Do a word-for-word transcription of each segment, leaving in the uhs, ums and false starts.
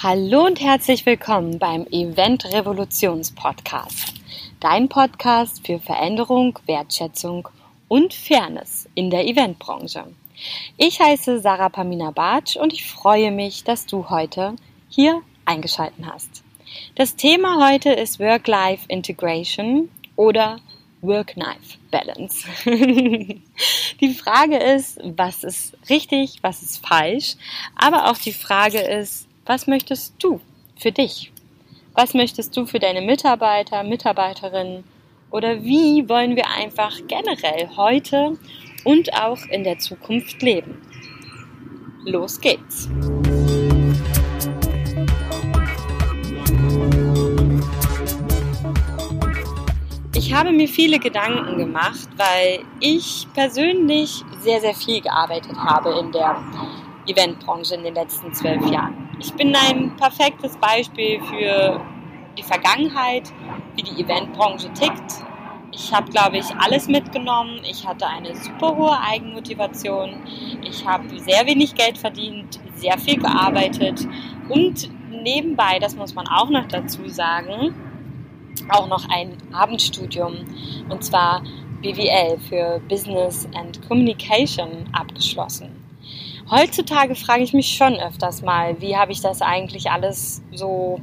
Hallo und herzlich willkommen beim Event Revolutions Podcast. Dein Podcast für Veränderung, Wertschätzung und Fairness in der Eventbranche. Ich heiße Sarah Pamina Bartsch und ich freue mich, dass du heute hier eingeschaltet hast. Das Thema heute ist Work-Life-Integration oder Work-Life-Balance. Die Frage ist, was ist richtig, was ist falsch, aber auch die Frage ist, was möchtest du für dich? Was möchtest du für deine Mitarbeiter, Mitarbeiterinnen? Oder wie wollen wir einfach generell heute und auch in der Zukunft leben? Los geht's! Ich habe mir viele Gedanken gemacht, weil ich persönlich sehr, sehr viel gearbeitet habe in der Eventbranche in den letzten zwölf Jahren. Ich bin ein perfektes Beispiel für die Vergangenheit, wie die Eventbranche tickt. Ich habe, glaube ich, alles mitgenommen. Ich hatte eine super hohe Eigenmotivation. Ich habe sehr wenig Geld verdient, sehr viel gearbeitet und nebenbei, das muss man auch noch dazu sagen, auch noch ein Abendstudium, und zwar B W L für Business and Communication abgeschlossen. Heutzutage frage ich mich schon öfters mal, wie habe ich das eigentlich alles so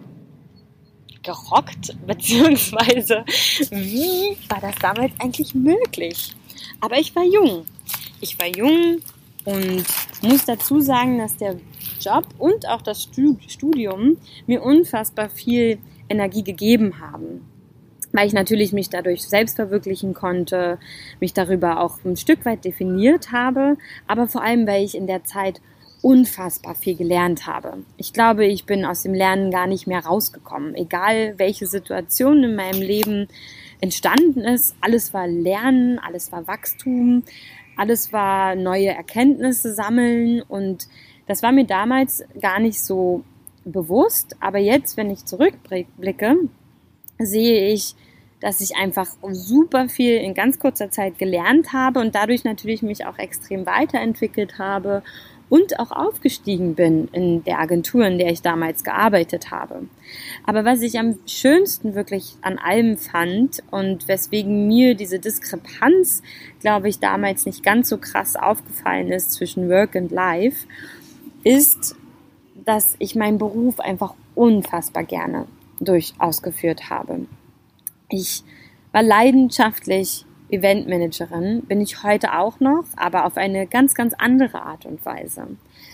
gerockt, beziehungsweise wie war das damals eigentlich möglich? Aber ich war jung. Ich war jung und muss dazu sagen, dass der Job und auch das Studium mir unfassbar viel Energie gegeben haben, weil ich natürlich mich dadurch selbst verwirklichen konnte, mich darüber auch ein Stück weit definiert habe, aber vor allem, weil ich in der Zeit unfassbar viel gelernt habe. Ich glaube, ich bin aus dem Lernen gar nicht mehr rausgekommen, egal welche Situation in meinem Leben entstanden ist. Alles war Lernen, alles war Wachstum, alles war neue Erkenntnisse sammeln, und das war mir damals gar nicht so bewusst, aber jetzt, wenn ich zurückblicke, sehe ich, dass ich einfach super viel in ganz kurzer Zeit gelernt habe und dadurch natürlich mich auch extrem weiterentwickelt habe und auch aufgestiegen bin in der Agentur, in der ich damals gearbeitet habe. Aber was ich am schönsten wirklich an allem fand und weswegen mir diese Diskrepanz, glaube ich, damals nicht ganz so krass aufgefallen ist zwischen Work and Life, ist, dass ich meinen Beruf einfach unfassbar gerne durch ausgeführt habe. Ich war leidenschaftlich Eventmanagerin, bin ich heute auch noch, aber auf eine ganz, ganz andere Art und Weise.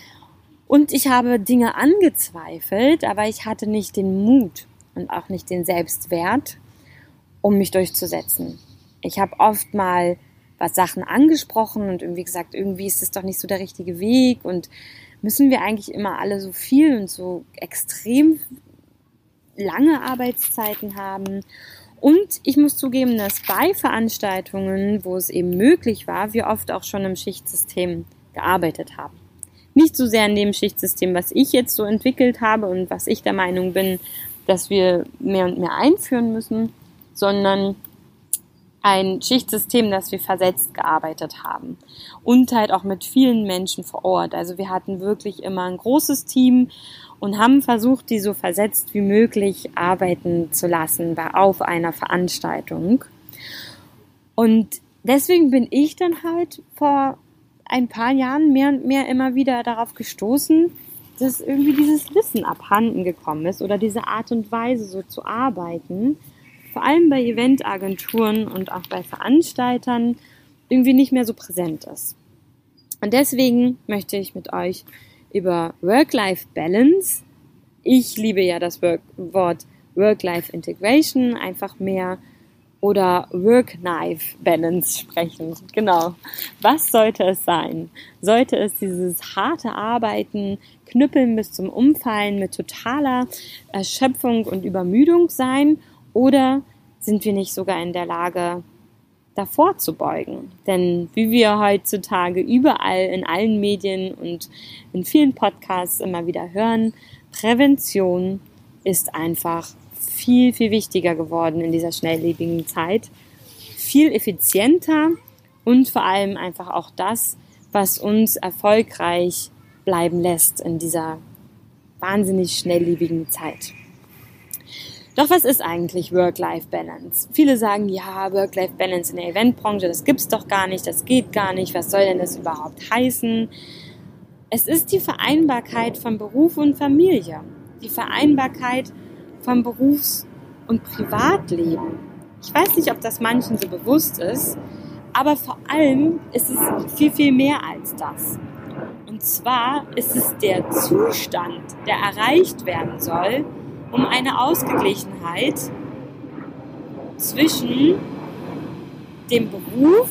Und ich habe Dinge angezweifelt, aber ich hatte nicht den Mut und auch nicht den Selbstwert, um mich durchzusetzen. Ich habe oft mal was Sachen angesprochen und irgendwie gesagt, irgendwie ist das doch nicht so der richtige Weg und müssen wir eigentlich immer alle so viel und so extrem lange Arbeitszeiten haben. Und ich muss zugeben, dass bei Veranstaltungen, wo es eben möglich war, wir oft auch schon im Schichtsystem gearbeitet haben. Nicht so sehr in dem Schichtsystem, was ich jetzt so entwickelt habe und was ich der Meinung bin, dass wir mehr und mehr einführen müssen, sondern ein Schichtsystem, das wir versetzt gearbeitet haben und halt auch mit vielen Menschen vor Ort. Also wir hatten wirklich immer ein großes Team und haben versucht, die so versetzt wie möglich arbeiten zu lassen bei, auf einer Veranstaltung. Und deswegen bin ich dann halt vor ein paar Jahren mehr und mehr immer wieder darauf gestoßen, dass irgendwie dieses Wissen abhanden gekommen ist oder diese Art und Weise so zu arbeiten, vor allem bei Eventagenturen und auch bei Veranstaltern irgendwie nicht mehr so präsent ist. Und deswegen möchte ich mit euch über Work-Life-Balance, ich liebe ja das Wort Work-Life-Integration einfach mehr, oder Work-Life-Balance sprechen. Genau. Was sollte es sein? Sollte es dieses harte Arbeiten, Knüppeln bis zum Umfallen mit totaler Erschöpfung und Übermüdung sein? Oder sind wir nicht sogar in der Lage, davor zu beugen? Denn wie wir heutzutage überall in allen Medien und in vielen Podcasts immer wieder hören, Prävention ist einfach viel, viel wichtiger geworden in dieser schnelllebigen Zeit. Viel effizienter und vor allem einfach auch das, was uns erfolgreich bleiben lässt in dieser wahnsinnig schnelllebigen Zeit. Doch was ist eigentlich Work-Life-Balance? Viele sagen, ja, Work-Life-Balance in der Eventbranche, das gibt's doch gar nicht, das geht gar nicht, was soll denn das überhaupt heißen? Es ist die Vereinbarkeit von Beruf und Familie, die Vereinbarkeit von Berufs- und Privatleben. Ich weiß nicht, ob das manchen so bewusst ist, aber vor allem ist es viel, viel mehr als das. Und zwar ist es der Zustand, der erreicht werden soll, um eine Ausgeglichenheit zwischen dem Beruf,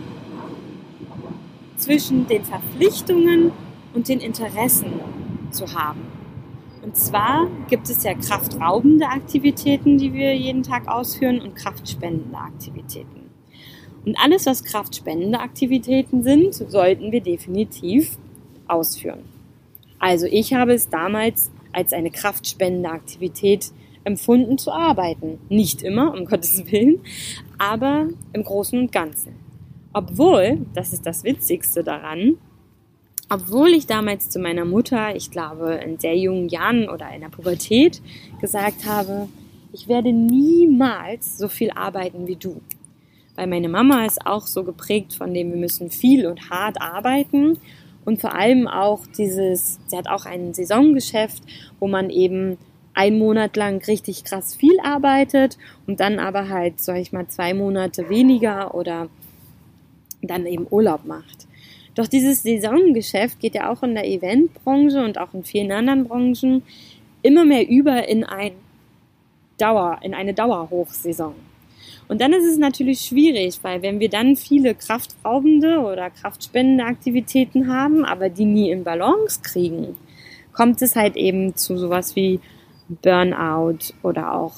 zwischen den Verpflichtungen und den Interessen zu haben. Und zwar gibt es ja kraftraubende Aktivitäten, die wir jeden Tag ausführen, und kraftspendende Aktivitäten. Und alles, was kraftspendende Aktivitäten sind, sollten wir definitiv ausführen. Also ich habe es damals als eine kraftspendende Aktivität empfunden zu arbeiten. Nicht immer, um Gottes Willen, aber im Großen und Ganzen. Obwohl, das ist das Witzigste daran, obwohl ich damals zu meiner Mutter, ich glaube in sehr jungen Jahren oder in der Pubertät, gesagt habe, ich werde niemals so viel arbeiten wie du. Weil meine Mama ist auch so geprägt von dem, wir müssen viel und hart arbeiten. Und vor allem auch dieses, sie hat auch ein Saisongeschäft, wo man eben einen Monat lang richtig krass viel arbeitet und dann aber halt, sag ich mal, zwei Monate weniger oder dann eben Urlaub macht. Doch dieses Saisongeschäft geht ja auch in der Eventbranche und auch in vielen anderen Branchen immer mehr über in ein Dauer, in eine Dauerhochsaison. Und dann ist es natürlich schwierig, weil wenn wir dann viele kraftraubende oder kraftspendende Aktivitäten haben, aber die nie in Balance kriegen, kommt es halt eben zu sowas wie Burnout oder auch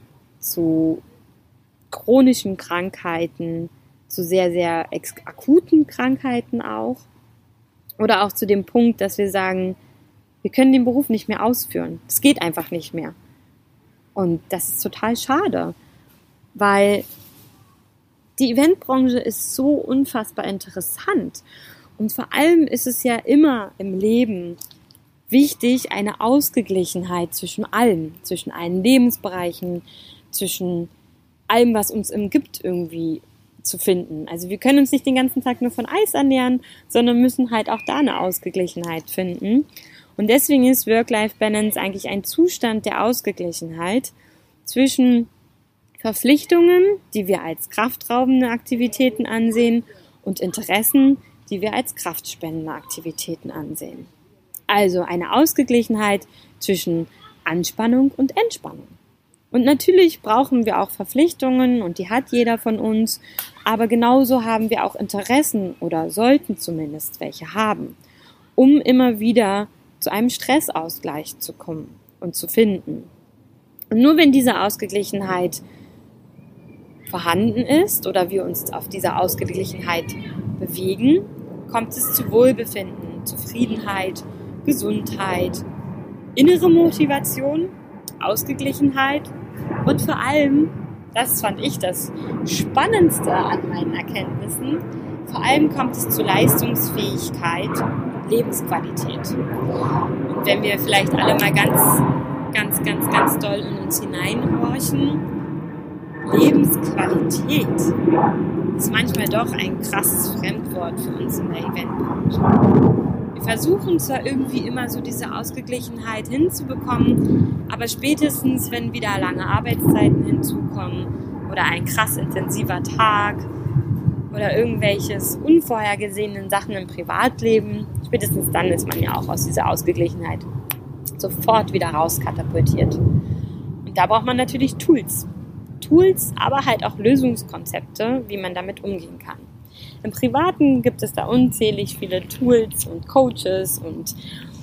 zu chronischen Krankheiten, zu sehr, sehr ex- akuten Krankheiten auch. Oder auch zu dem Punkt, dass wir sagen, wir können den Beruf nicht mehr ausführen. Es geht einfach nicht mehr. Und das ist total schade. Weil die Eventbranche ist so unfassbar interessant und vor allem ist es ja immer im Leben wichtig, eine Ausgeglichenheit zwischen allem, zwischen allen Lebensbereichen, zwischen allem, was uns umgibt, irgendwie zu finden. Also wir können uns nicht den ganzen Tag nur von Eis ernähren, sondern müssen halt auch da eine Ausgeglichenheit finden. Und deswegen ist Work-Life-Balance eigentlich ein Zustand der Ausgeglichenheit zwischen Verpflichtungen, die wir als kraftraubende Aktivitäten ansehen, und Interessen, die wir als kraftspendende Aktivitäten ansehen. Also eine Ausgeglichenheit zwischen Anspannung und Entspannung. Und natürlich brauchen wir auch Verpflichtungen und die hat jeder von uns, aber genauso haben wir auch Interessen oder sollten zumindest welche haben, um immer wieder zu einem Stressausgleich zu kommen und zu finden. Und nur wenn diese Ausgeglichenheit vorhanden ist oder wir uns auf dieser Ausgeglichenheit bewegen, kommt es zu Wohlbefinden, Zufriedenheit, Gesundheit, innere Motivation, Ausgeglichenheit und vor allem, das fand ich das Spannendste an meinen Erkenntnissen, vor allem kommt es zu Leistungsfähigkeit, Lebensqualität. Und wenn wir vielleicht alle mal ganz, ganz, ganz, ganz doll in uns hineinhorchen, Lebensqualität ist manchmal doch ein krasses Fremdwort für uns in der Eventbranche. Wir versuchen zwar irgendwie immer so diese Ausgeglichenheit hinzubekommen, aber spätestens, wenn wieder lange Arbeitszeiten hinzukommen oder ein krass intensiver Tag oder irgendwelches unvorhergesehenen Sachen im Privatleben, spätestens dann ist man ja auch aus dieser Ausgeglichenheit sofort wieder rauskatapultiert. Und da braucht man natürlich Tools. Tools, aber halt auch Lösungskonzepte, wie man damit umgehen kann. Im Privaten gibt es da unzählig viele Tools und Coaches und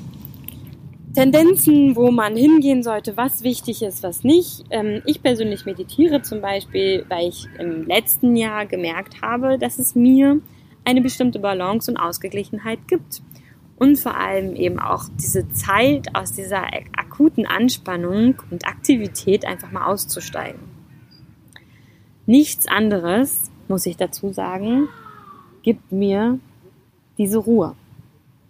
Tendenzen, wo man hingehen sollte, was wichtig ist, was nicht. Ich persönlich meditiere zum Beispiel, weil ich im letzten Jahr gemerkt habe, dass es mir eine bestimmte Balance und Ausgeglichenheit gibt. Und vor allem eben auch diese Zeit aus dieser akuten Anspannung und Aktivität einfach mal auszusteigen. Nichts anderes, muss ich dazu sagen, gibt mir diese Ruhe.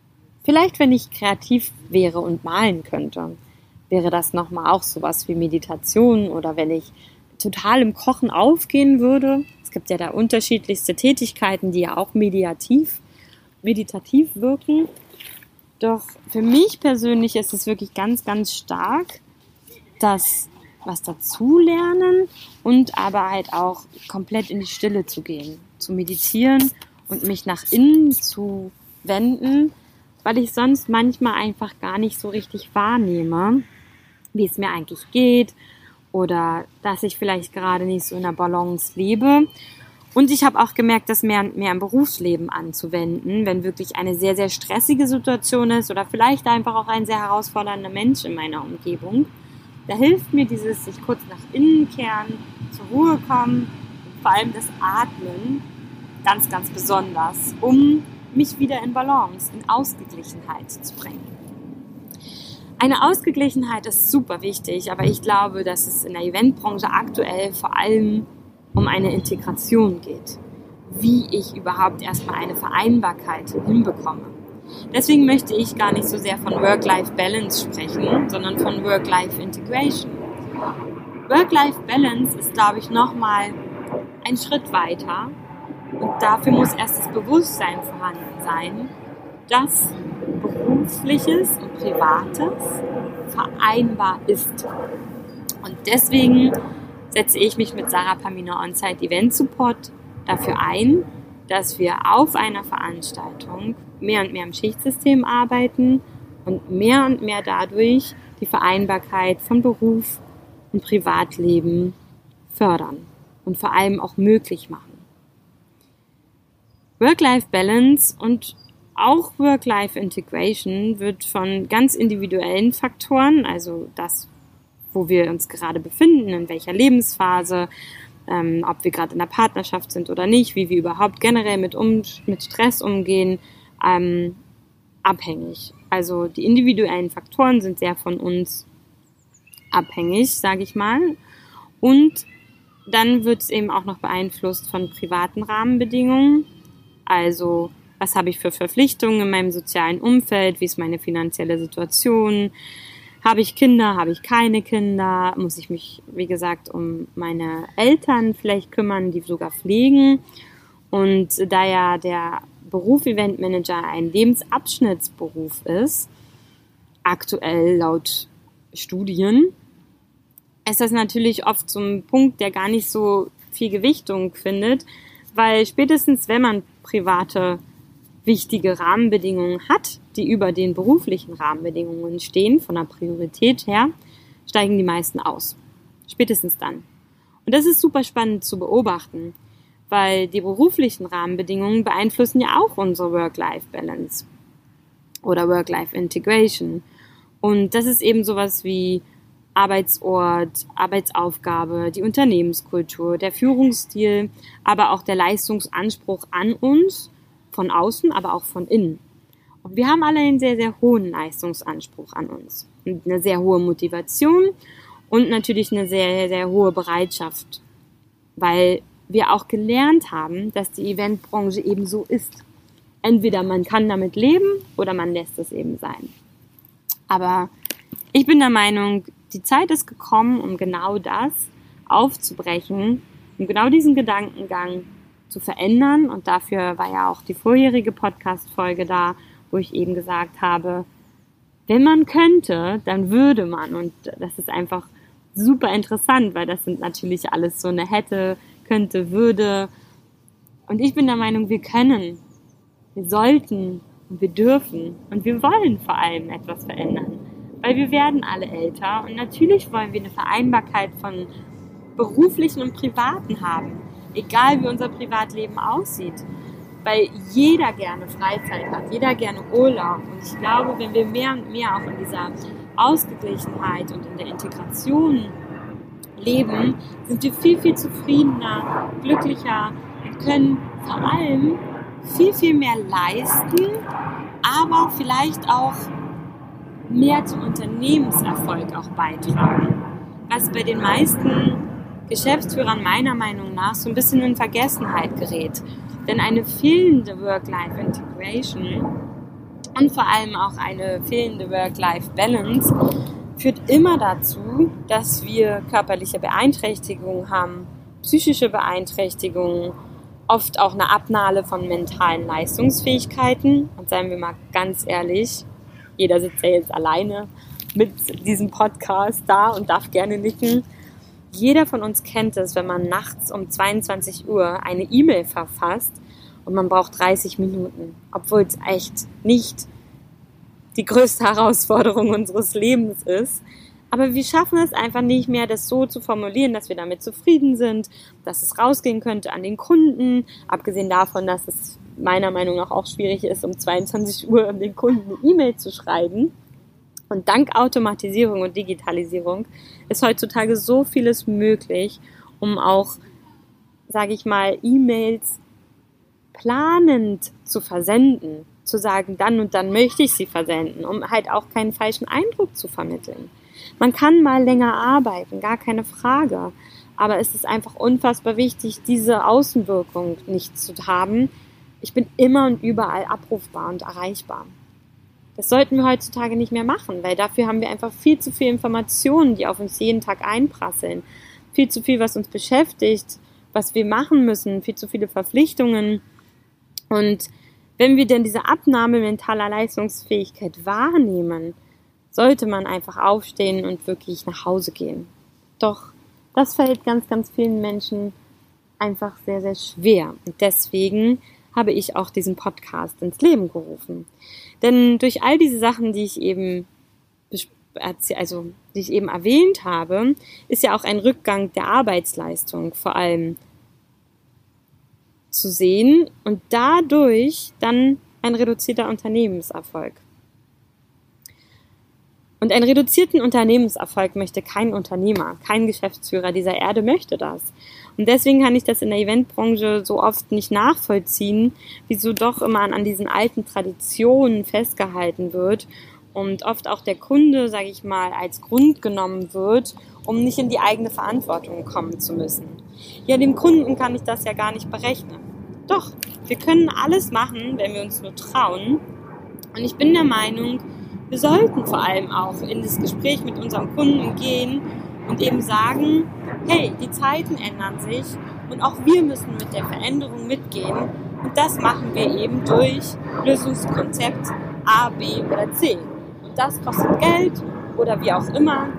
Vielleicht, wenn ich kreativ wäre und malen könnte, wäre das nochmal auch sowas wie Meditation, oder wenn ich total im Kochen aufgehen würde. Es gibt ja da unterschiedlichste Tätigkeiten, die ja auch mediativ, meditativ wirken. Doch für mich persönlich ist es wirklich ganz, ganz stark, das was dazulernen und aber halt auch komplett in die Stille zu gehen, zu meditieren und mich nach innen zu wenden, weil ich sonst manchmal einfach gar nicht so richtig wahrnehme, wie es mir eigentlich geht oder dass ich vielleicht gerade nicht so in der Balance lebe. Und ich habe auch gemerkt, das mehr und mehr im Berufsleben anzuwenden, wenn wirklich eine sehr, sehr stressige Situation ist oder vielleicht einfach auch ein sehr herausfordernder Mensch in meiner Umgebung. Da hilft mir dieses sich kurz nach innen kehren, zur Ruhe kommen und vor allem das Atmen ganz, ganz besonders, um mich wieder in Balance, in Ausgeglichenheit zu bringen. Eine Ausgeglichenheit ist super wichtig, aber ich glaube, dass es in der Eventbranche aktuell vor allem um eine Integration geht. Wie ich überhaupt erstmal eine Vereinbarkeit hinbekomme. Deswegen möchte ich gar nicht so sehr von Work-Life-Balance sprechen, sondern von Work-Life-Integration. Work-Life-Balance ist, glaube ich, nochmal ein Schritt weiter. Und dafür muss erst das Bewusstsein vorhanden sein, dass Berufliches und Privates vereinbar ist. Und deswegen setze ich mich mit Sarah Pamina On-Site Event Support dafür ein, dass wir auf einer Veranstaltung mehr und mehr im Schichtsystem arbeiten und mehr und mehr dadurch die Vereinbarkeit von Beruf und Privatleben fördern und vor allem auch möglich machen. Work-Life-Balance und auch Work-Life-Integration wird von ganz individuellen Faktoren, also das, wo wir uns gerade befinden, in welcher Lebensphase, ähm, ob wir gerade in der Partnerschaft sind oder nicht, wie wir überhaupt generell mit, um, mit Stress umgehen, ähm, abhängig. Also die individuellen Faktoren sind sehr von uns abhängig, sage ich mal. Und dann wird es eben auch noch beeinflusst von privaten Rahmenbedingungen. Also was habe ich für Verpflichtungen in meinem sozialen Umfeld, wie ist meine finanzielle Situation, habe ich Kinder, habe ich keine Kinder, muss ich mich, wie gesagt, um meine Eltern vielleicht kümmern, die sogar pflegen. Und da ja der Beruf Eventmanager ein Lebensabschnittsberuf ist, aktuell laut Studien, ist das natürlich oft so ein Punkt, der gar nicht so viel Gewichtung findet, weil spätestens, wenn man private, wichtige Rahmenbedingungen hat, die über den beruflichen Rahmenbedingungen stehen, von der Priorität her, steigen die meisten aus. Spätestens dann. Und das ist super spannend zu beobachten, weil die beruflichen Rahmenbedingungen beeinflussen ja auch unsere Work-Life-Balance oder Work-Life-Integration. Und das ist eben sowas wie Arbeitsort, Arbeitsaufgabe, die Unternehmenskultur, der Führungsstil, aber auch der Leistungsanspruch an uns, von außen, aber auch von innen. Und wir haben alle einen sehr, sehr hohen Leistungsanspruch an uns. Und eine sehr hohe Motivation und natürlich eine sehr, sehr hohe Bereitschaft, weil wir auch gelernt haben, dass die Eventbranche eben so ist. Entweder man kann damit leben oder man lässt es eben sein. Aber ich bin der Meinung, die Zeit ist gekommen, um genau das aufzubrechen, um genau diesen Gedankengang zu verändern. Und dafür war ja auch die vorherige Podcast-Folge da, wo ich eben gesagt habe, wenn man könnte, dann würde man. Und das ist einfach super interessant, weil das sind natürlich alles so eine hätte, könnte, würde. Und ich bin der Meinung, wir können, wir sollten und wir dürfen und wir wollen vor allem etwas verändern. Weil wir werden alle älter und natürlich wollen wir eine Vereinbarkeit von beruflichen und privaten haben. Egal wie unser Privatleben aussieht. Weil jeder gerne Freizeit hat, jeder gerne Urlaub. Und ich glaube, wenn wir mehr und mehr auch in dieser Ausgeglichenheit und in der Integration leben, sind wir viel, viel zufriedener, glücklicher und können vor allem viel, viel mehr leisten, aber vielleicht auch mehr zum Unternehmenserfolg auch beitragen. Was bei den meisten Geschäftsführern meiner Meinung nach so ein bisschen in Vergessenheit gerät. Denn eine fehlende Work-Life-Integration und vor allem auch eine fehlende Work-Life-Balance führt immer dazu, dass wir körperliche Beeinträchtigungen haben, psychische Beeinträchtigungen, oft auch eine Abnahme von mentalen Leistungsfähigkeiten. Und seien wir mal ganz ehrlich, jeder sitzt ja jetzt alleine mit diesem Podcast da und darf gerne nicken. Jeder von uns kennt es, wenn man nachts um zweiundzwanzig Uhr eine E-Mail verfasst und man braucht dreißig Minuten, obwohl es echt nicht die größte Herausforderung unseres Lebens ist. Aber wir schaffen es einfach nicht mehr, das so zu formulieren, dass wir damit zufrieden sind, dass es rausgehen könnte an den Kunden. Abgesehen davon, dass es meiner Meinung nach auch schwierig ist, um zweiundzwanzig Uhr an den Kunden eine E-Mail zu schreiben. Und dank Automatisierung und Digitalisierung ist heutzutage so vieles möglich, um auch, sage ich mal, E-Mails planend zu versenden. Zu sagen, dann und dann möchte ich sie versenden, um halt auch keinen falschen Eindruck zu vermitteln. Man kann mal länger arbeiten, gar keine Frage. Aber es ist einfach unfassbar wichtig, diese Außenwirkung nicht zu haben. Ich bin immer und überall abrufbar und erreichbar. Das sollten wir heutzutage nicht mehr machen, weil dafür haben wir einfach viel zu viel Informationen, die auf uns jeden Tag einprasseln. Viel zu viel, was uns beschäftigt, was wir machen müssen, viel zu viele Verpflichtungen. Und wenn wir denn diese Abnahme mentaler Leistungsfähigkeit wahrnehmen, sollte man einfach aufstehen und wirklich nach Hause gehen. Doch das fällt ganz, ganz vielen Menschen einfach sehr, sehr schwer. Und deswegen habe ich auch diesen Podcast ins Leben gerufen. Denn durch all diese Sachen, die ich eben, also die ich eben erwähnt habe, ist ja auch ein Rückgang der Arbeitsleistung vor allem zu sehen und dadurch dann ein reduzierter Unternehmenserfolg. Und einen reduzierten Unternehmenserfolg möchte kein Unternehmer, kein Geschäftsführer dieser Erde möchte das. Und deswegen kann ich das in der Eventbranche so oft nicht nachvollziehen, wieso doch immer an diesen alten Traditionen festgehalten wird und oft auch der Kunde, sage ich mal, als Grund genommen wird, um nicht in die eigene Verantwortung kommen zu müssen. Ja, dem Kunden kann ich das ja gar nicht berechnen. Doch, wir können alles machen, wenn wir uns nur trauen. Und ich bin der Meinung, wir sollten vor allem auch in das Gespräch mit unserem Kunden gehen und eben sagen, hey, die Zeiten ändern sich und auch wir müssen mit der Veränderung mitgehen. Und das machen wir eben durch Lösungskonzept A, B oder C. Und das kostet Geld oder wie auch immer.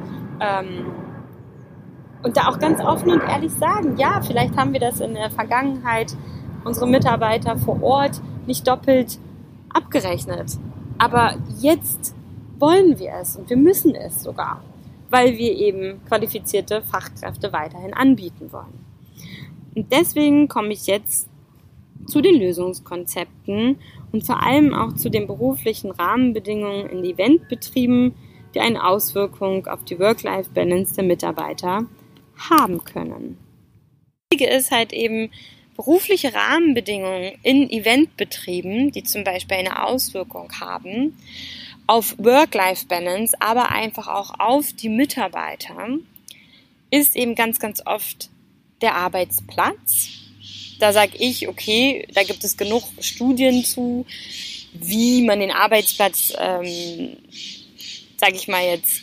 Und da auch ganz offen und ehrlich sagen, ja, vielleicht haben wir das in der Vergangenheit unsere Mitarbeiter vor Ort nicht doppelt abgerechnet. Aber jetzt wollen wir es und wir müssen es sogar, weil wir eben qualifizierte Fachkräfte weiterhin anbieten wollen. Und deswegen komme ich jetzt zu den Lösungskonzepten und vor allem auch zu den beruflichen Rahmenbedingungen in Eventbetrieben, die eine Auswirkung auf die Work-Life-Balance der Mitarbeiter haben können. Das Wichtige ist halt eben, berufliche Rahmenbedingungen in Eventbetrieben, die zum Beispiel eine Auswirkung haben auf Work-Life-Balance, aber einfach auch auf die Mitarbeiter, ist eben ganz, ganz oft der Arbeitsplatz. Da sage ich, okay, da gibt es genug Studien zu, wie man den Arbeitsplatz, ähm, sage ich mal jetzt,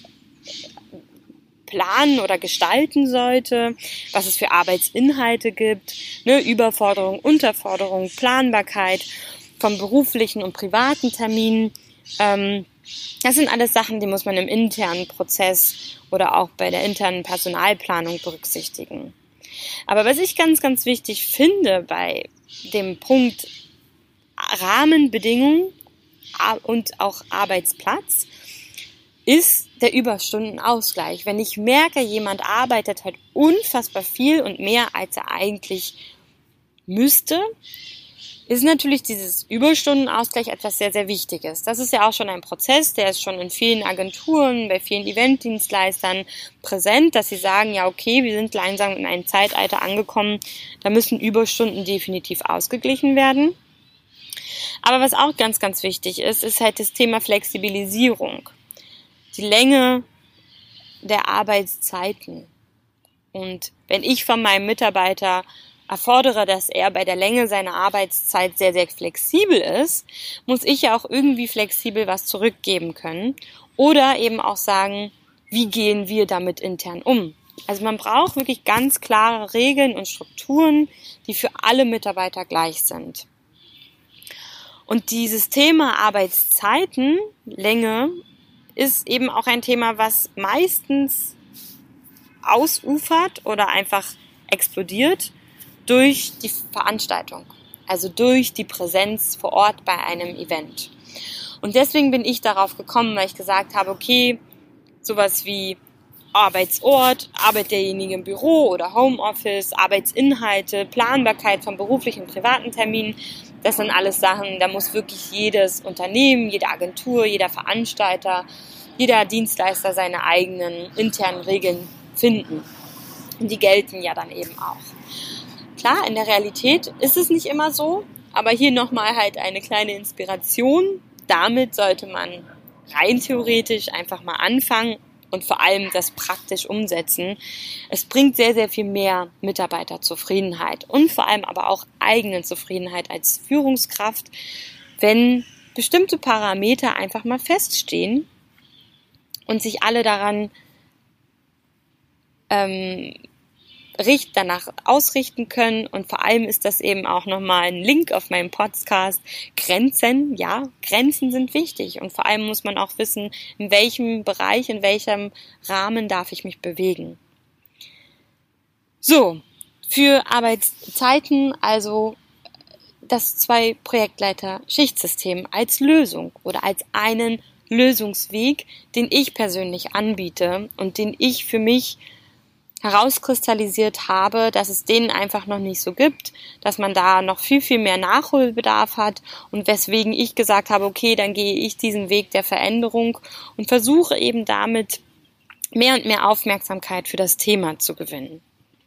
planen oder gestalten sollte, was es für Arbeitsinhalte gibt, ne, Überforderung, Unterforderung, Planbarkeit von beruflichen und privaten Terminen. Ähm, das sind alles Sachen, die muss man im internen Prozess oder auch bei der internen Personalplanung berücksichtigen. Aber was ich ganz, ganz wichtig finde bei dem Punkt Rahmenbedingungen und auch Arbeitsplatz, ist der Überstundenausgleich. Wenn ich merke, jemand arbeitet halt unfassbar viel und mehr, als er eigentlich müsste, ist natürlich dieses Überstundenausgleich etwas sehr, sehr Wichtiges. Das ist ja auch schon ein Prozess, der ist schon in vielen Agenturen, bei vielen Eventdienstleistern präsent, dass sie sagen, ja okay, wir sind langsam in einem Zeitalter angekommen, da müssen Überstunden definitiv ausgeglichen werden. Aber was auch ganz, ganz wichtig ist, ist halt das Thema Flexibilisierung. Die Länge der Arbeitszeiten. Und wenn ich von meinem Mitarbeiter erfordere, dass er bei der Länge seiner Arbeitszeit sehr, sehr flexibel ist, muss ich ja auch irgendwie flexibel was zurückgeben können oder eben auch sagen, wie gehen wir damit intern um? Also man braucht wirklich ganz klare Regeln und Strukturen, die für alle Mitarbeiter gleich sind. Und dieses Thema Arbeitszeiten, Länge, ist eben auch ein Thema, was meistens ausufert oder einfach explodiert durch die Veranstaltung, also durch die Präsenz vor Ort bei einem Event. Und deswegen bin ich darauf gekommen, weil ich gesagt habe, okay, sowas wie Arbeitsort, Arbeit derjenigen im Büro oder Homeoffice, Arbeitsinhalte, Planbarkeit von beruflichen und privaten Terminen, das sind alles Sachen, da muss wirklich jedes Unternehmen, jede Agentur, jeder Veranstalter, jeder Dienstleister seine eigenen internen Regeln finden. Und die gelten ja dann eben auch. Klar, in der Realität ist es nicht immer so, aber hier nochmal halt eine kleine Inspiration. Damit sollte man rein theoretisch einfach mal anfangen und vor allem das praktisch umsetzen. Es bringt sehr, sehr viel mehr Mitarbeiterzufriedenheit und vor allem aber auch eigene Zufriedenheit als Führungskraft, wenn bestimmte Parameter einfach mal feststehen und sich alle daran ähm, richt, danach ausrichten können. Und vor allem ist das eben auch nochmal ein Link auf meinem Podcast. Grenzen, ja, Grenzen sind wichtig. Und vor allem muss man auch wissen, in welchem Bereich, in welchem Rahmen darf ich mich bewegen. So, für Arbeitszeiten also das Zwei-Projektleiter-Schichtsystem als Lösung oder als einen Lösungsweg, den ich persönlich anbiete und den ich für mich herauskristallisiert habe, dass es denen einfach noch nicht so gibt, dass man da noch viel, viel mehr Nachholbedarf hat und weswegen ich gesagt habe, okay, dann gehe ich diesen Weg der Veränderung und versuche eben damit mehr und mehr Aufmerksamkeit für das Thema zu gewinnen.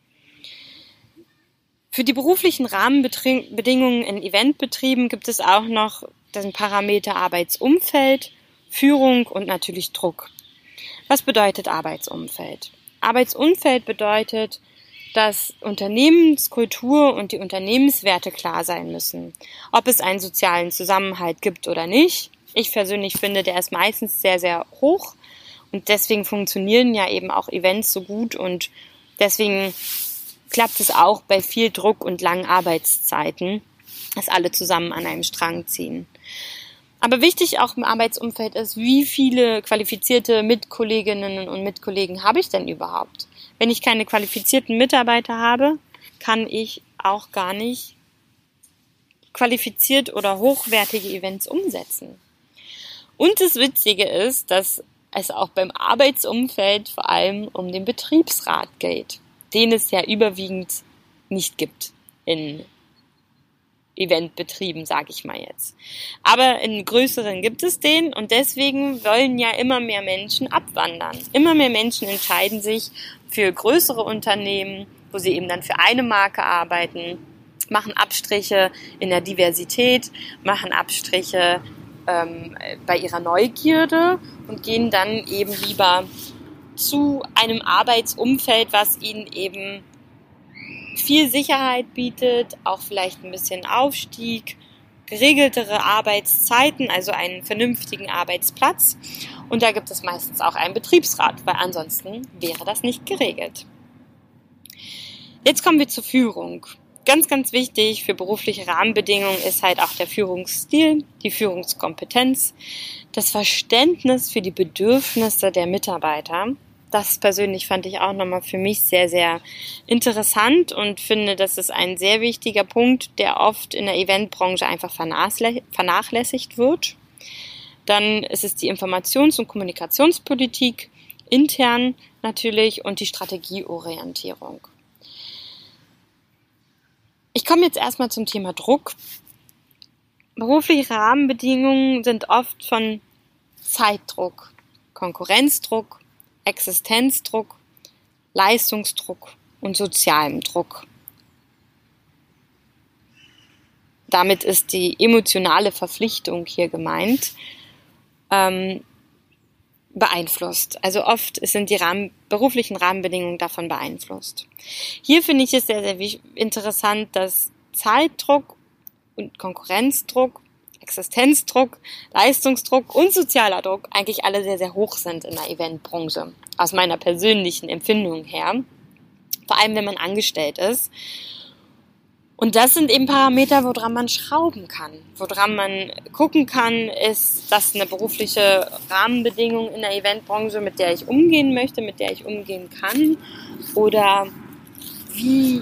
Für die beruflichen Rahmenbedingungen in Eventbetrieben gibt es auch noch den Parameter Arbeitsumfeld, Führung und natürlich Druck. Was bedeutet Arbeitsumfeld? Arbeitsumfeld bedeutet, dass Unternehmenskultur und die Unternehmenswerte klar sein müssen. Ob es einen sozialen Zusammenhalt gibt oder nicht. Ich persönlich finde, der ist meistens sehr, sehr hoch und deswegen funktionieren ja eben auch Events so gut und deswegen klappt es auch bei viel Druck und langen Arbeitszeiten, dass alle zusammen an einem Strang ziehen. Aber wichtig auch im Arbeitsumfeld ist, wie viele qualifizierte Mitkolleginnen und Mitkollegen habe ich denn überhaupt? Wenn ich keine qualifizierten Mitarbeiter habe, kann ich auch gar nicht qualifiziert oder hochwertige Events umsetzen. Und das Witzige ist, dass es auch beim Arbeitsumfeld vor allem um den Betriebsrat geht, den es ja überwiegend nicht gibt in Eventbetrieben, sage ich mal jetzt. Aber in größeren gibt es den und deswegen wollen ja immer mehr Menschen abwandern. Immer mehr Menschen entscheiden sich für größere Unternehmen, wo sie eben dann für eine Marke arbeiten, machen Abstriche in der Diversität, machen Abstriche ähm, bei ihrer Neugierde und gehen dann eben lieber zu einem Arbeitsumfeld, was ihnen eben viel Sicherheit bietet, auch vielleicht ein bisschen Aufstieg, geregeltere Arbeitszeiten, also einen vernünftigen Arbeitsplatz. Und da gibt es meistens auch einen Betriebsrat, weil ansonsten wäre das nicht geregelt. Jetzt kommen wir zur Führung. Ganz, ganz wichtig für berufliche Rahmenbedingungen ist halt auch der Führungsstil, die Führungskompetenz, das Verständnis für die Bedürfnisse der Mitarbeiter. Das persönlich fand ich auch nochmal für mich sehr, sehr interessant und finde, das ist ein sehr wichtiger Punkt, der oft in der Eventbranche einfach vernachlässigt wird. Dann ist es die Informations- und Kommunikationspolitik, intern natürlich, und die Strategieorientierung. Ich komme jetzt erstmal zum Thema Druck. Berufliche Rahmenbedingungen sind oft von Zeitdruck, Konkurrenzdruck, Existenzdruck, Leistungsdruck und sozialem Druck. Damit ist die emotionale Verpflichtung hier gemeint. Ähm, beeinflusst. Also oft sind die Rahmen, beruflichen Rahmenbedingungen davon beeinflusst. Hier finde ich es sehr, sehr interessant, dass Zeitdruck und Konkurrenzdruck, Existenzdruck, Leistungsdruck und sozialer Druck eigentlich alle sehr, sehr hoch sind in der Eventbranche. Aus meiner persönlichen Empfindung her. Vor allem, wenn man angestellt ist. Und das sind eben Parameter, woran man schrauben kann, woran man gucken kann, ist das eine berufliche Rahmenbedingung in der Eventbranche, mit der ich umgehen möchte, mit der ich umgehen kann, oder wie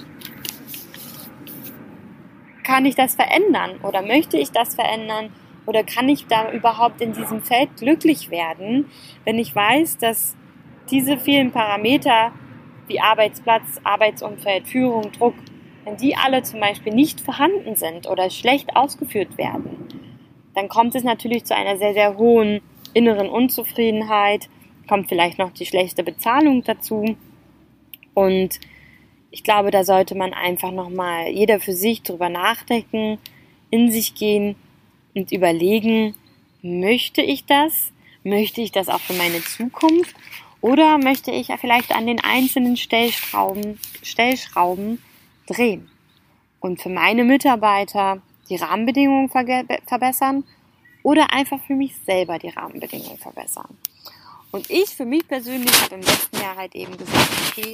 kann ich das verändern oder möchte ich das verändern oder kann ich da überhaupt in diesem Feld glücklich werden, wenn ich weiß, dass diese vielen Parameter wie Arbeitsplatz, Arbeitsumfeld, Führung, Druck, wenn die alle zum Beispiel nicht vorhanden sind oder schlecht ausgeführt werden, dann kommt es natürlich zu einer sehr, sehr hohen inneren Unzufriedenheit, kommt vielleicht noch die schlechte Bezahlung dazu. Und ich glaube, da sollte man einfach nochmal jeder für sich drüber nachdenken, in sich gehen und überlegen, möchte ich das? Möchte ich das auch für meine Zukunft? Oder möchte ich vielleicht an den einzelnen Stellschrauben, Stellschrauben drehen und für meine Mitarbeiter die Rahmenbedingungen verge- verbessern oder einfach für mich selber die Rahmenbedingungen verbessern. Und ich für mich persönlich habe im letzten Jahr halt eben gesagt, okay,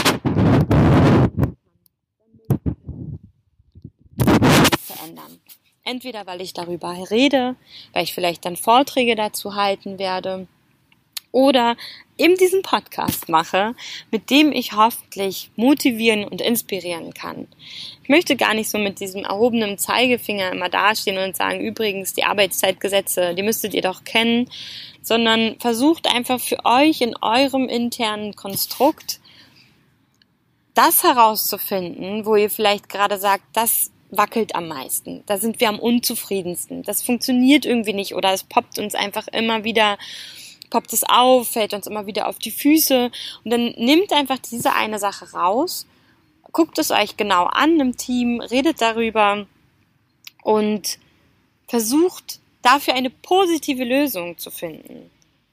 verändern. Entweder weil ich darüber rede, weil ich vielleicht dann Vorträge dazu halten werde oder eben diesen Podcast mache, mit dem ich hoffentlich motivieren und inspirieren kann. Ich möchte gar nicht so mit diesem erhobenen Zeigefinger immer dastehen und sagen, übrigens, die Arbeitszeitgesetze, die müsstet ihr doch kennen, sondern versucht einfach für euch in eurem internen Konstrukt das herauszufinden, wo ihr vielleicht gerade sagt, das wackelt am meisten, da sind wir am unzufriedensten, das funktioniert irgendwie nicht oder es poppt uns einfach immer wieder poppt es auf, fällt uns immer wieder auf die Füße und dann nehmt einfach diese eine Sache raus, guckt es euch genau an im Team, redet darüber und versucht dafür eine positive Lösung zu finden.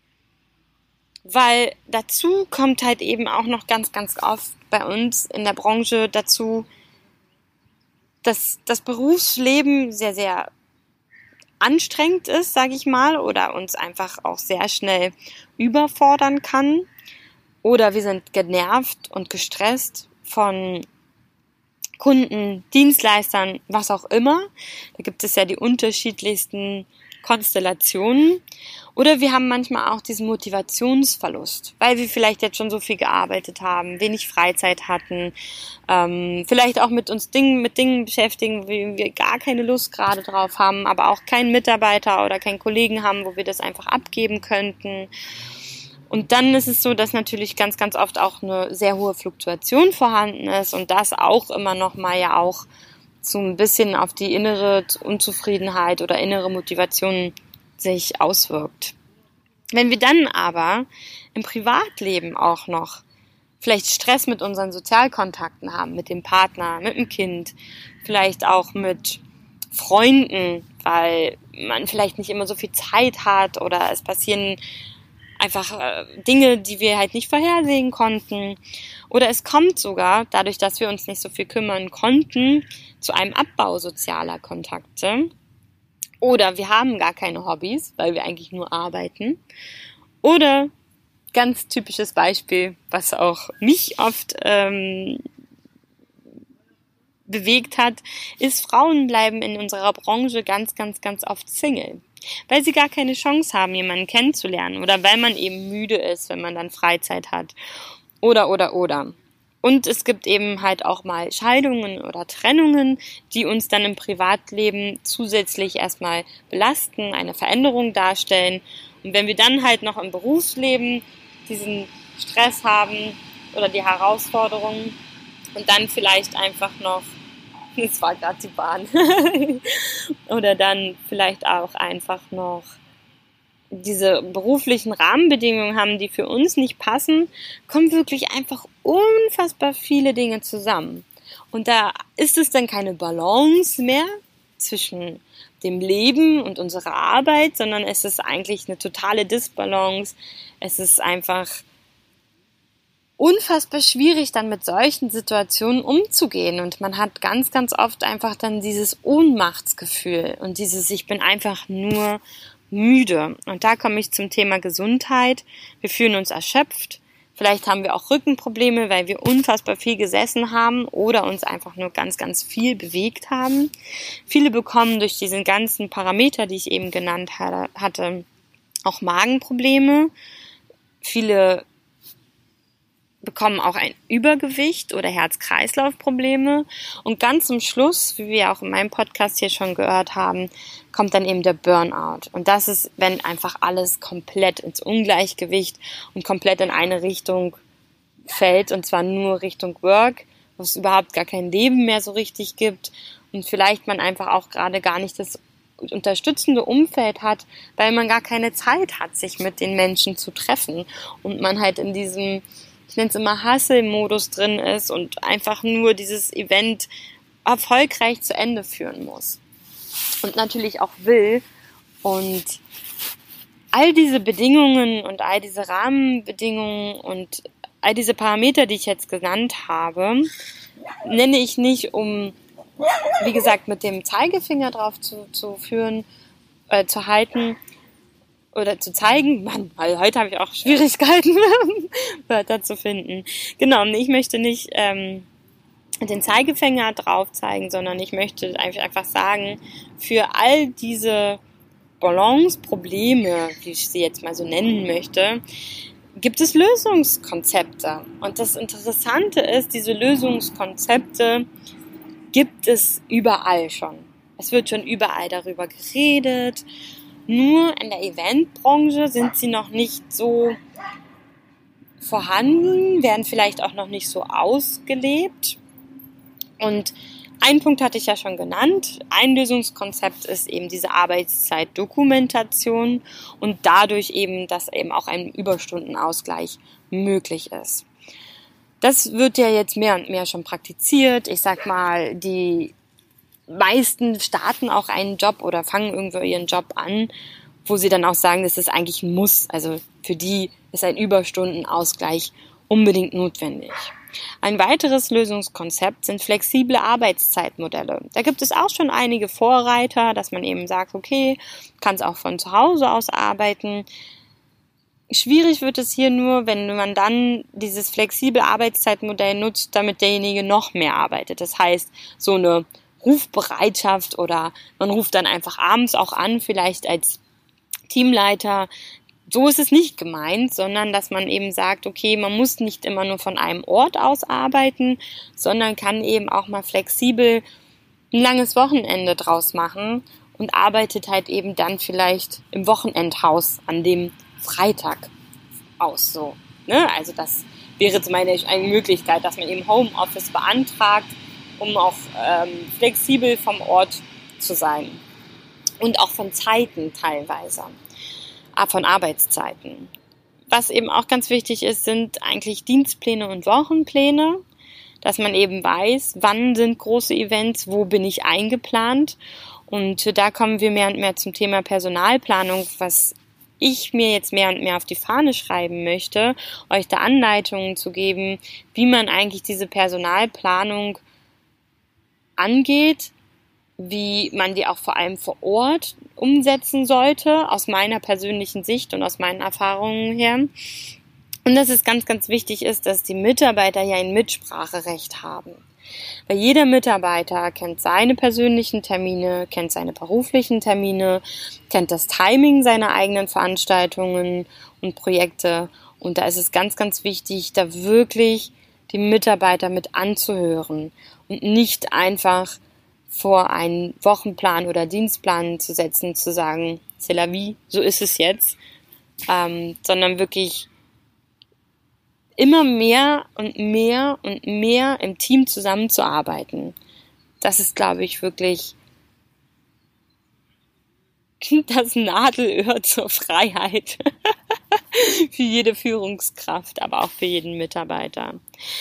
Weil dazu kommt halt eben auch noch ganz, ganz oft bei uns in der Branche dazu, dass das Berufsleben sehr, sehr anstrengend ist, sage ich mal, oder uns einfach auch sehr schnell überfordern kann. Oder wir sind genervt und gestresst von Kunden, Dienstleistern, was auch immer. Da gibt es ja die unterschiedlichsten Konstellationen. Oder wir haben manchmal auch diesen Motivationsverlust, weil wir vielleicht jetzt schon so viel gearbeitet haben, wenig Freizeit hatten, ähm, vielleicht auch mit uns Dingen, mit Dingen beschäftigen, wo wir gar keine Lust gerade drauf haben, aber auch keinen Mitarbeiter oder keinen Kollegen haben, wo wir das einfach abgeben könnten. Und dann ist es so, dass natürlich ganz, ganz oft auch eine sehr hohe Fluktuation vorhanden ist und das auch immer noch mal ja auch so ein bisschen auf die innere Unzufriedenheit oder innere Motivation sich auswirkt. Wenn wir dann aber im Privatleben auch noch vielleicht Stress mit unseren Sozialkontakten haben, mit dem Partner, mit dem Kind, vielleicht auch mit Freunden, weil man vielleicht nicht immer so viel Zeit hat oder es passieren einfach äh, Dinge, die wir halt nicht vorhersehen konnten. Oder es kommt sogar, dadurch, dass wir uns nicht so viel kümmern konnten, zu einem Abbau sozialer Kontakte. Oder wir haben gar keine Hobbys, weil wir eigentlich nur arbeiten. Oder, ganz typisches Beispiel, was auch mich oft ähm, bewegt hat, ist, Frauen bleiben in unserer Branche ganz, ganz, ganz oft Single. Weil sie gar keine Chance haben, jemanden kennenzulernen. Oder weil man eben müde ist, wenn man dann Freizeit hat. Oder, oder, oder. Und es gibt eben halt auch mal Scheidungen oder Trennungen, die uns dann im Privatleben zusätzlich erstmal belasten, eine Veränderung darstellen. Und wenn wir dann halt noch im Berufsleben diesen Stress haben oder die Herausforderungen und dann vielleicht einfach noch, es war gerade die Bahn, oder dann vielleicht auch einfach noch diese beruflichen Rahmenbedingungen haben, die für uns nicht passen, kommen wirklich einfach unfassbar viele Dinge zusammen. Und da ist es dann keine Balance mehr, zwischen dem Leben und unserer Arbeit, sondern es ist eigentlich eine totale Disbalance. Es ist einfach unfassbar schwierig, dann mit solchen Situationen umzugehen. Und man hat ganz, ganz oft einfach dann dieses Ohnmachtsgefühl und dieses, ich bin einfach nur müde. Und da komme ich zum Thema Gesundheit. Wir fühlen uns erschöpft. Vielleicht haben wir auch Rückenprobleme, weil wir unfassbar viel gesessen haben oder uns einfach nur ganz, ganz viel bewegt haben. Viele bekommen durch diese ganzen Parameter, die ich eben genannt hatte, auch Magenprobleme. Viele bekommen auch ein Übergewicht oder Herz-Kreislauf-Probleme. Und ganz zum Schluss, wie wir auch in meinem Podcast hier schon gehört haben, kommt dann eben der Burnout. Und das ist, wenn einfach alles komplett ins Ungleichgewicht und komplett in eine Richtung fällt, und zwar nur Richtung Work, wo es überhaupt gar kein Leben mehr so richtig gibt und vielleicht man einfach auch gerade gar nicht das unterstützende Umfeld hat, weil man gar keine Zeit hat, sich mit den Menschen zu treffen und man halt in diesem, ich nenne es immer Hustle-Modus drin ist und einfach nur dieses Event erfolgreich zu Ende führen muss. Und natürlich auch will. Und all diese Bedingungen und all diese Rahmenbedingungen und all diese Parameter, die ich jetzt genannt habe, nenne ich nicht, um, wie gesagt, mit dem Zeigefinger drauf zu, zu führen, äh, zu halten oder zu zeigen. Mann, weil heute habe ich auch Schwierigkeiten, Wörter zu finden. Genau, ich möchte nicht ähm, den Zeigefinger drauf zeigen, sondern ich möchte einfach sagen, für all diese Balance-Probleme, wie ich sie jetzt mal so nennen möchte, gibt es Lösungskonzepte. Und das Interessante ist, diese Lösungskonzepte gibt es überall schon. Es wird schon überall darüber geredet. Nur in der Eventbranche sind sie noch nicht so vorhanden, werden vielleicht auch noch nicht so ausgelebt. Und einen Punkt hatte ich ja schon genannt. Ein Lösungskonzept ist eben diese Arbeitszeitdokumentation und dadurch eben, dass eben auch ein Überstundenausgleich möglich ist. Das wird ja jetzt mehr und mehr schon praktiziert. Ich sag mal, die meisten starten auch einen Job oder fangen irgendwo ihren Job an, wo sie dann auch sagen, das ist eigentlich ein Muss. Also für die ist ein Überstundenausgleich unbedingt notwendig. Ein weiteres Lösungskonzept sind flexible Arbeitszeitmodelle. Da gibt es auch schon einige Vorreiter, dass man eben sagt, okay, kann es auch von zu Hause aus arbeiten. Schwierig wird es hier nur, wenn man dann dieses flexible Arbeitszeitmodell nutzt, damit derjenige noch mehr arbeitet. Das heißt, so eine Rufbereitschaft oder man ruft dann einfach abends auch an, vielleicht als Teamleiter. So ist es nicht gemeint, sondern dass man eben sagt, okay, man muss nicht immer nur von einem Ort aus arbeiten, sondern kann eben auch mal flexibel ein langes Wochenende draus machen und arbeitet halt eben dann vielleicht im Wochenendhaus an dem Freitag aus. So, ne? Also das wäre zum Beispiel eine Möglichkeit, dass man eben Homeoffice beantragt, um auch ähm, flexibel vom Ort zu sein und auch von Zeiten teilweise. Von Arbeitszeiten. Was eben auch ganz wichtig ist, sind eigentlich Dienstpläne und Wochenpläne, dass man eben weiß, wann sind große Events, wo bin ich eingeplant. Und da kommen wir mehr und mehr zum Thema Personalplanung, was ich mir jetzt mehr und mehr auf die Fahne schreiben möchte, euch da Anleitungen zu geben, wie man eigentlich diese Personalplanung angeht, wie man die auch vor allem vor Ort umsetzen sollte, aus meiner persönlichen Sicht und aus meinen Erfahrungen her. Und dass es ganz, ganz wichtig ist, dass die Mitarbeiter ja ein Mitspracherecht haben. Weil jeder Mitarbeiter kennt seine persönlichen Termine, kennt seine beruflichen Termine, kennt das Timing seiner eigenen Veranstaltungen und Projekte. Und da ist es ganz, ganz wichtig, da wirklich die Mitarbeiter mit anzuhören und nicht einfach vor einen Wochenplan oder Dienstplan zu setzen, zu sagen, c'est la vie, so ist es jetzt, ähm, sondern wirklich immer mehr und mehr und mehr im Team zusammenzuarbeiten. Das ist, glaube ich, wirklich das Nadelöhr zur Freiheit für jede Führungskraft, aber auch für jeden Mitarbeiter.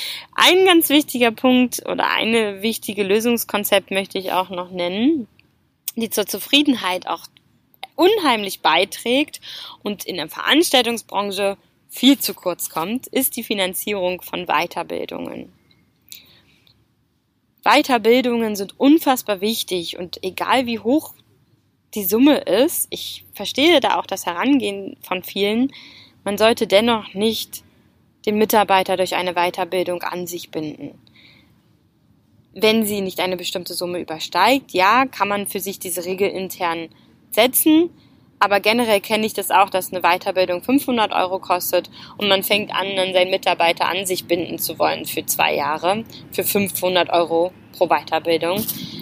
Ein ganz wichtiger Punkt oder eine wichtige Lösungskonzept möchte ich auch noch nennen. die zur Zufriedenheit auch unheimlich beiträgt und in der Veranstaltungsbranche viel zu kurz kommt, ist die Finanzierung von Weiterbildungen. Weiterbildungen sind unfassbar wichtig und egal wie hoch die Summe ist, ich verstehe da auch das Herangehen von vielen, man sollte dennoch nicht den Mitarbeiter durch eine Weiterbildung an sich binden. Wenn sie nicht eine bestimmte Summe übersteigt, ja, kann man für sich diese Regel intern setzen, aber generell kenne ich das auch, dass eine Weiterbildung fünfhundert Euro kostet und man fängt an, dann seinen Mitarbeiter an sich binden zu wollen für zwei Jahre, für fünfhundert Euro pro Weiterbildung.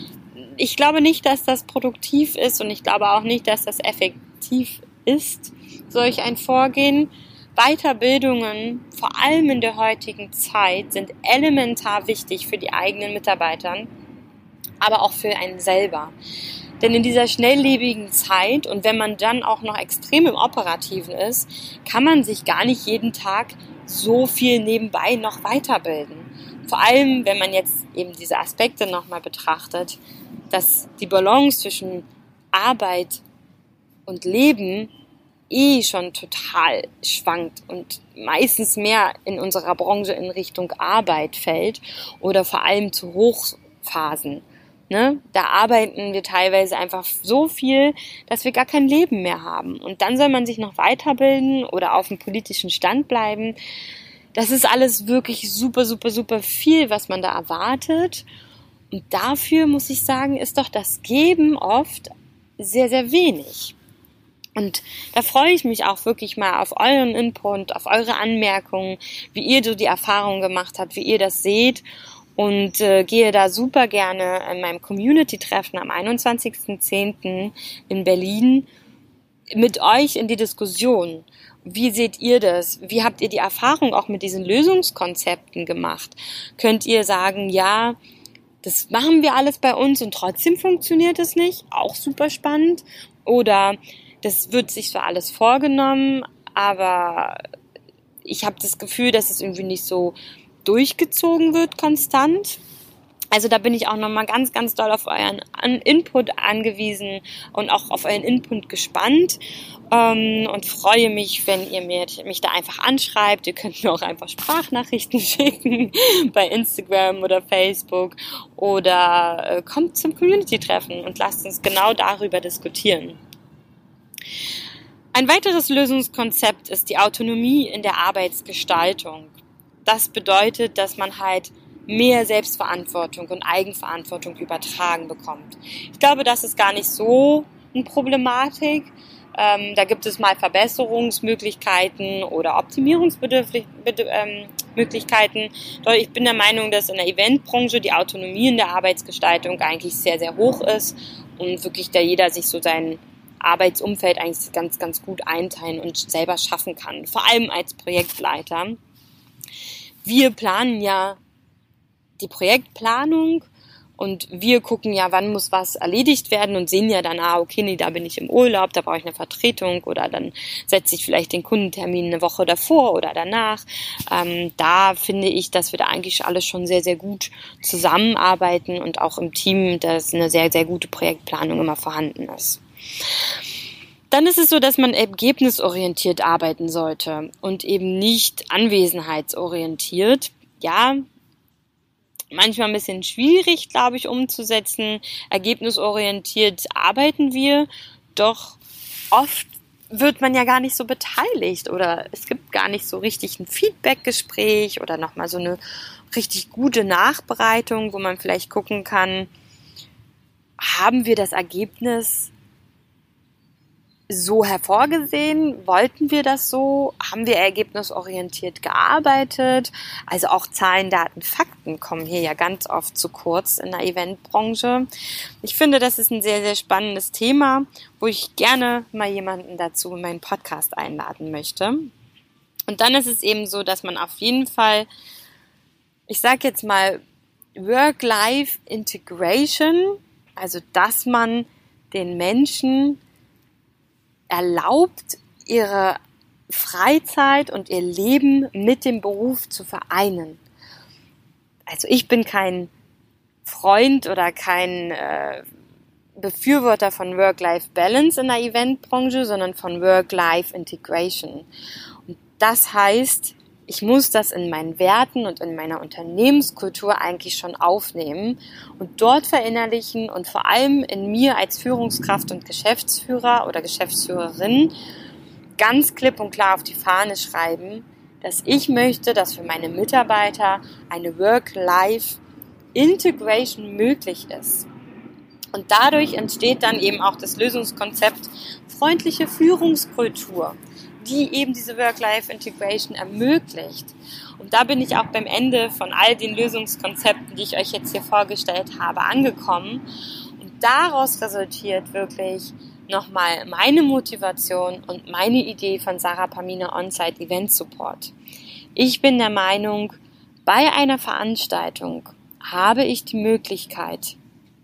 Ich glaube nicht, dass das produktiv ist und ich glaube auch nicht, dass das effektiv ist, solch ein Vorgehen. Weiterbildungen, vor allem in der heutigen Zeit, sind elementar wichtig für die eigenen Mitarbeiter, aber auch für einen selber. Denn in dieser schnelllebigen Zeit und wenn man dann auch noch extrem im Operativen ist, kann man sich gar nicht jeden Tag so viel nebenbei noch weiterbilden. Vor allem, wenn man jetzt eben diese Aspekte nochmal betrachtet, dass die Balance zwischen Arbeit und Leben eh schon total schwankt und meistens mehr in unserer Branche in Richtung Arbeit fällt oder vor allem zu Hochphasen. Ne? Da arbeiten wir teilweise einfach so viel, dass wir gar kein Leben mehr haben. Und dann soll man sich noch weiterbilden oder auf dem politischen Stand bleiben. Das ist alles wirklich super, super, super viel, was man da erwartet. Und dafür, muss ich sagen, ist doch das Geben oft sehr, sehr wenig. Und da freue ich mich auch wirklich mal auf euren Input, auf eure Anmerkungen, wie ihr so die Erfahrung gemacht habt, wie ihr das seht. Und äh, gehe da super gerne in meinem Community-Treffen am einundzwanzigsten zehnten in Berlin mit euch in die Diskussion. Wie seht ihr das? Wie habt ihr die Erfahrung auch mit diesen Lösungskonzepten gemacht? Könnt ihr sagen, ja, das machen wir alles bei uns und trotzdem funktioniert es nicht? Auch super spannend. Oder das wird sich so alles vorgenommen, aber ich habe das Gefühl, dass es irgendwie nicht so durchgezogen wird konstant. Also da bin ich auch nochmal ganz, ganz doll auf euren Input angewiesen und auch auf euren Input gespannt ähm, und freue mich, wenn ihr mir, mich da einfach anschreibt. Ihr könnt mir auch einfach Sprachnachrichten schicken bei Instagram oder Facebook oder äh, kommt zum Community-Treffen und lasst uns genau darüber diskutieren. Ein weiteres Lösungskonzept ist die Autonomie in der Arbeitsgestaltung. Das bedeutet, dass man halt mehr Selbstverantwortung und Eigenverantwortung übertragen bekommt. Ich glaube, das ist gar nicht so eine Problematik. Ähm, da gibt es mal Verbesserungsmöglichkeiten oder Optimierungsmöglichkeiten. Doch ich bin der Meinung, dass in der Eventbranche die Autonomie in der Arbeitsgestaltung eigentlich sehr, sehr hoch ist und wirklich da jeder sich so sein Arbeitsumfeld eigentlich ganz, ganz gut einteilen und selber schaffen kann. Vor allem als Projektleiter. Wir planen ja die Projektplanung und wir gucken ja, wann muss was erledigt werden und sehen ja dann, ah, okay, nee, da bin ich im Urlaub, da brauche ich eine Vertretung oder dann setze ich vielleicht den Kundentermin eine Woche davor oder danach. Ähm, da finde ich, dass wir da eigentlich alle schon sehr, sehr gut zusammenarbeiten und auch im Team, dass eine sehr, sehr gute Projektplanung immer vorhanden ist. Dann ist es so, dass man ergebnisorientiert arbeiten sollte und eben nicht anwesenheitsorientiert. Ja, manchmal ein bisschen schwierig, glaube ich, umzusetzen. Ergebnisorientiert arbeiten wir, doch oft wird man ja gar nicht so beteiligt oder es gibt gar nicht so richtig ein Feedbackgespräch oder nochmal so eine richtig gute Nachbereitung, wo man vielleicht gucken kann, haben wir das Ergebnis so hervorgesehen? Wollten wir das so? Haben wir ergebnisorientiert gearbeitet? Also auch Zahlen, Daten, Fakten kommen hier ja ganz oft zu kurz in der Eventbranche. Ich finde, das ist ein sehr, sehr spannendes Thema, wo ich gerne mal jemanden dazu in meinen Podcast einladen möchte. Und dann ist es eben so, dass man auf jeden Fall, ich sage jetzt mal, Work-Life-Integration, also dass man den Menschen erlaubt, ihre Freizeit und ihr Leben mit dem Beruf zu vereinen. Also ich bin kein Freund oder kein äh, Befürworter von Work-Life-Balance in der Eventbranche, sondern von Work-Life-Integration. Und das heißt, ich muss das in meinen Werten und in meiner Unternehmenskultur eigentlich schon aufnehmen und dort verinnerlichen und vor allem in mir als Führungskraft und Geschäftsführer oder Geschäftsführerin ganz klipp und klar auf die Fahne schreiben, dass ich möchte, dass für meine Mitarbeiter eine Work-Life-Integration möglich ist. Und dadurch entsteht dann eben auch das Lösungskonzept freundliche Führungskultur, die eben diese Work-Life-Integration ermöglicht. Und da bin ich auch beim Ende von all den Lösungskonzepten, die ich euch jetzt hier vorgestellt habe, angekommen. Und daraus resultiert wirklich nochmal meine Motivation und meine Idee von Sarah Pamina On-Site Event Support. Ich bin der Meinung, bei einer Veranstaltung habe ich die Möglichkeit,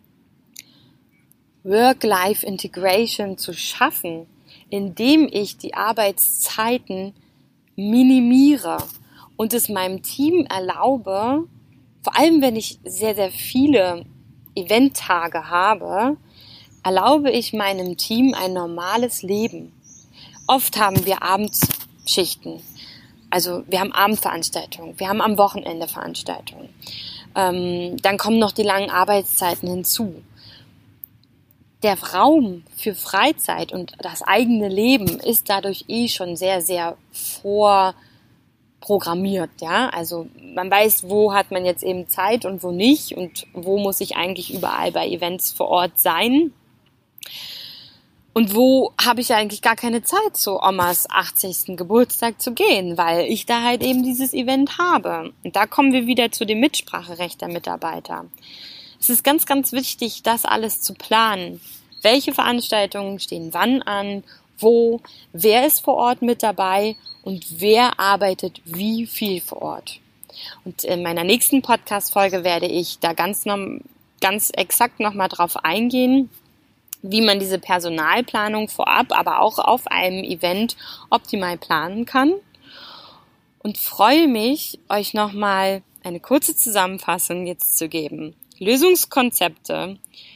Work-Life-Integration zu schaffen, indem ich die Arbeitszeiten minimiere und es meinem Team erlaube, vor allem wenn ich sehr, sehr viele Eventtage habe, erlaube ich meinem Team ein normales Leben. Oft haben wir Abendschichten, also wir haben Abendveranstaltungen, wir haben am Wochenende Veranstaltungen. Ähm, dann kommen noch die langen Arbeitszeiten hinzu. Der Raum für Freizeit und das eigene Leben ist dadurch eh schon sehr, sehr vorprogrammiert, ja. Also man weiß, wo hat man jetzt eben Zeit und wo nicht und wo muss ich eigentlich überall bei Events vor Ort sein. Und wo habe ich eigentlich gar keine Zeit, zu Omas achtzigsten Geburtstag zu gehen, weil ich da halt eben dieses Event habe. Und da kommen wir wieder zu dem Mitspracherecht der Mitarbeiter. Es ist ganz, ganz wichtig, das alles zu planen. Welche Veranstaltungen stehen wann an, wo, wer ist vor Ort mit dabei und wer arbeitet wie viel vor Ort. Und in meiner nächsten Podcast-Folge werde ich da ganz, noch, ganz exakt nochmal drauf eingehen, wie man diese Personalplanung vorab, aber auch auf einem Event optimal planen kann. Und freue mich, euch nochmal eine kurze Zusammenfassung jetzt zu geben. Lösungskonzepte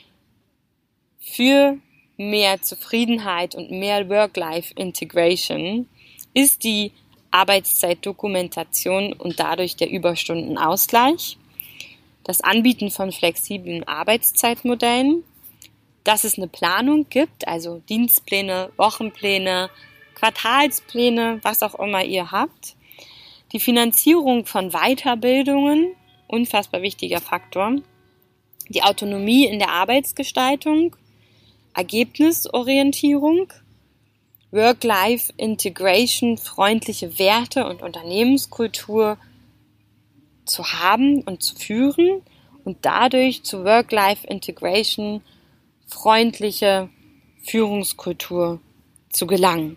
für mehr Zufriedenheit und mehr Work-Life-Integration ist die Arbeitszeitdokumentation und dadurch der Überstundenausgleich, das Anbieten von flexiblen Arbeitszeitmodellen, dass es eine Planung gibt, also Dienstpläne, Wochenpläne, Quartalspläne, was auch immer ihr habt, die Finanzierung von Weiterbildungen, unfassbar wichtiger Faktor, die Autonomie in der Arbeitsgestaltung, Ergebnisorientierung, Work-Life-Integration, freundliche Werte und Unternehmenskultur zu haben und zu führen und dadurch zu Work-Life-Integration freundliche Führungskultur zu gelangen.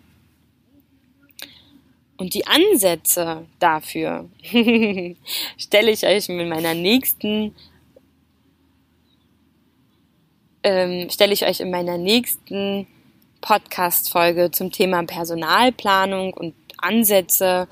Und die Ansätze dafür stelle ich euch in meiner nächsten ähm, stelle ich euch in meiner nächsten Podcast-Folge zum Thema Personalplanung und Ansätze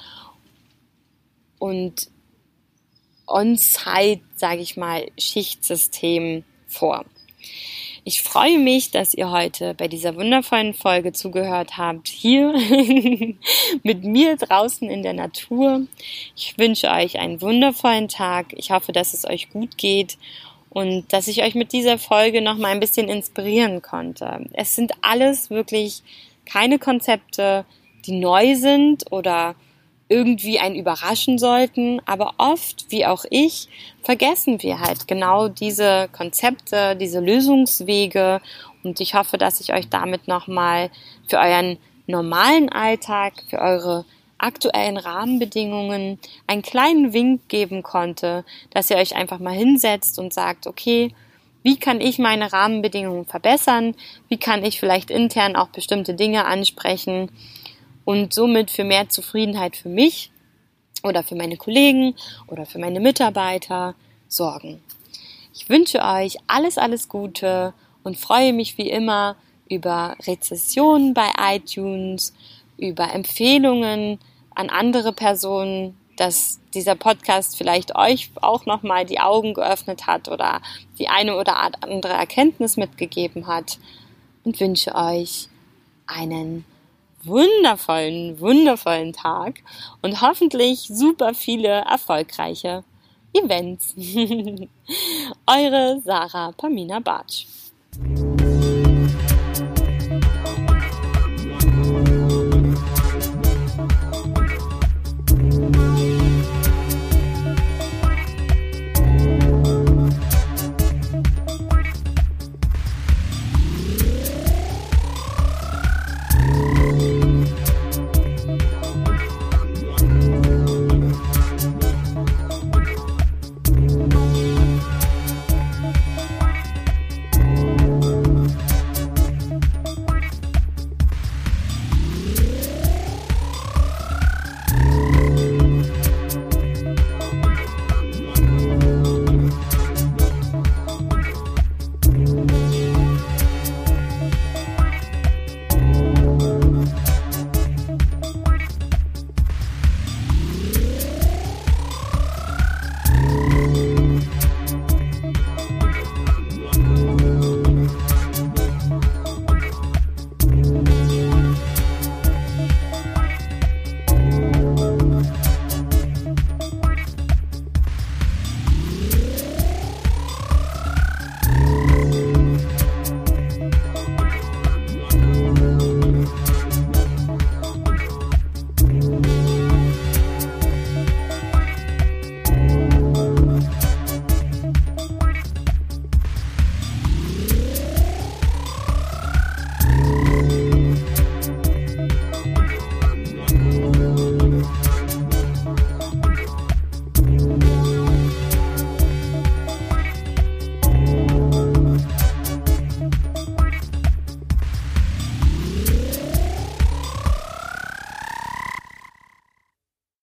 und On-Site, sage ich mal, Schichtsystem vor. Ich freue mich, dass ihr heute bei dieser wundervollen Folge zugehört habt, hier mit mir draußen in der Natur. Ich wünsche euch einen wundervollen Tag. Ich hoffe, dass es euch gut geht und dass ich euch mit dieser Folge noch mal ein bisschen inspirieren konnte. Es sind alles wirklich keine Konzepte, die neu sind oder irgendwie einen überraschen sollten, aber oft, wie auch ich, vergessen wir halt genau diese Konzepte, diese Lösungswege und ich hoffe, dass ich euch damit nochmal für euren normalen Alltag, für eure aktuellen Rahmenbedingungen einen kleinen Wink geben konnte, dass ihr euch einfach mal hinsetzt und sagt, okay, wie kann ich meine Rahmenbedingungen verbessern? Wie kann ich vielleicht intern auch bestimmte Dinge ansprechen? Und somit für mehr Zufriedenheit für mich oder für meine Kollegen oder für meine Mitarbeiter sorgen. Ich wünsche euch alles, alles Gute und freue mich wie immer über Rezessionen bei iTunes, über Empfehlungen an andere Personen, dass dieser Podcast vielleicht euch auch nochmal die Augen geöffnet hat oder die eine oder andere Erkenntnis mitgegeben hat und wünsche euch einen wundervollen, wundervollen Tag und hoffentlich super viele erfolgreiche Events. Eure Sarah Pamina Bartsch.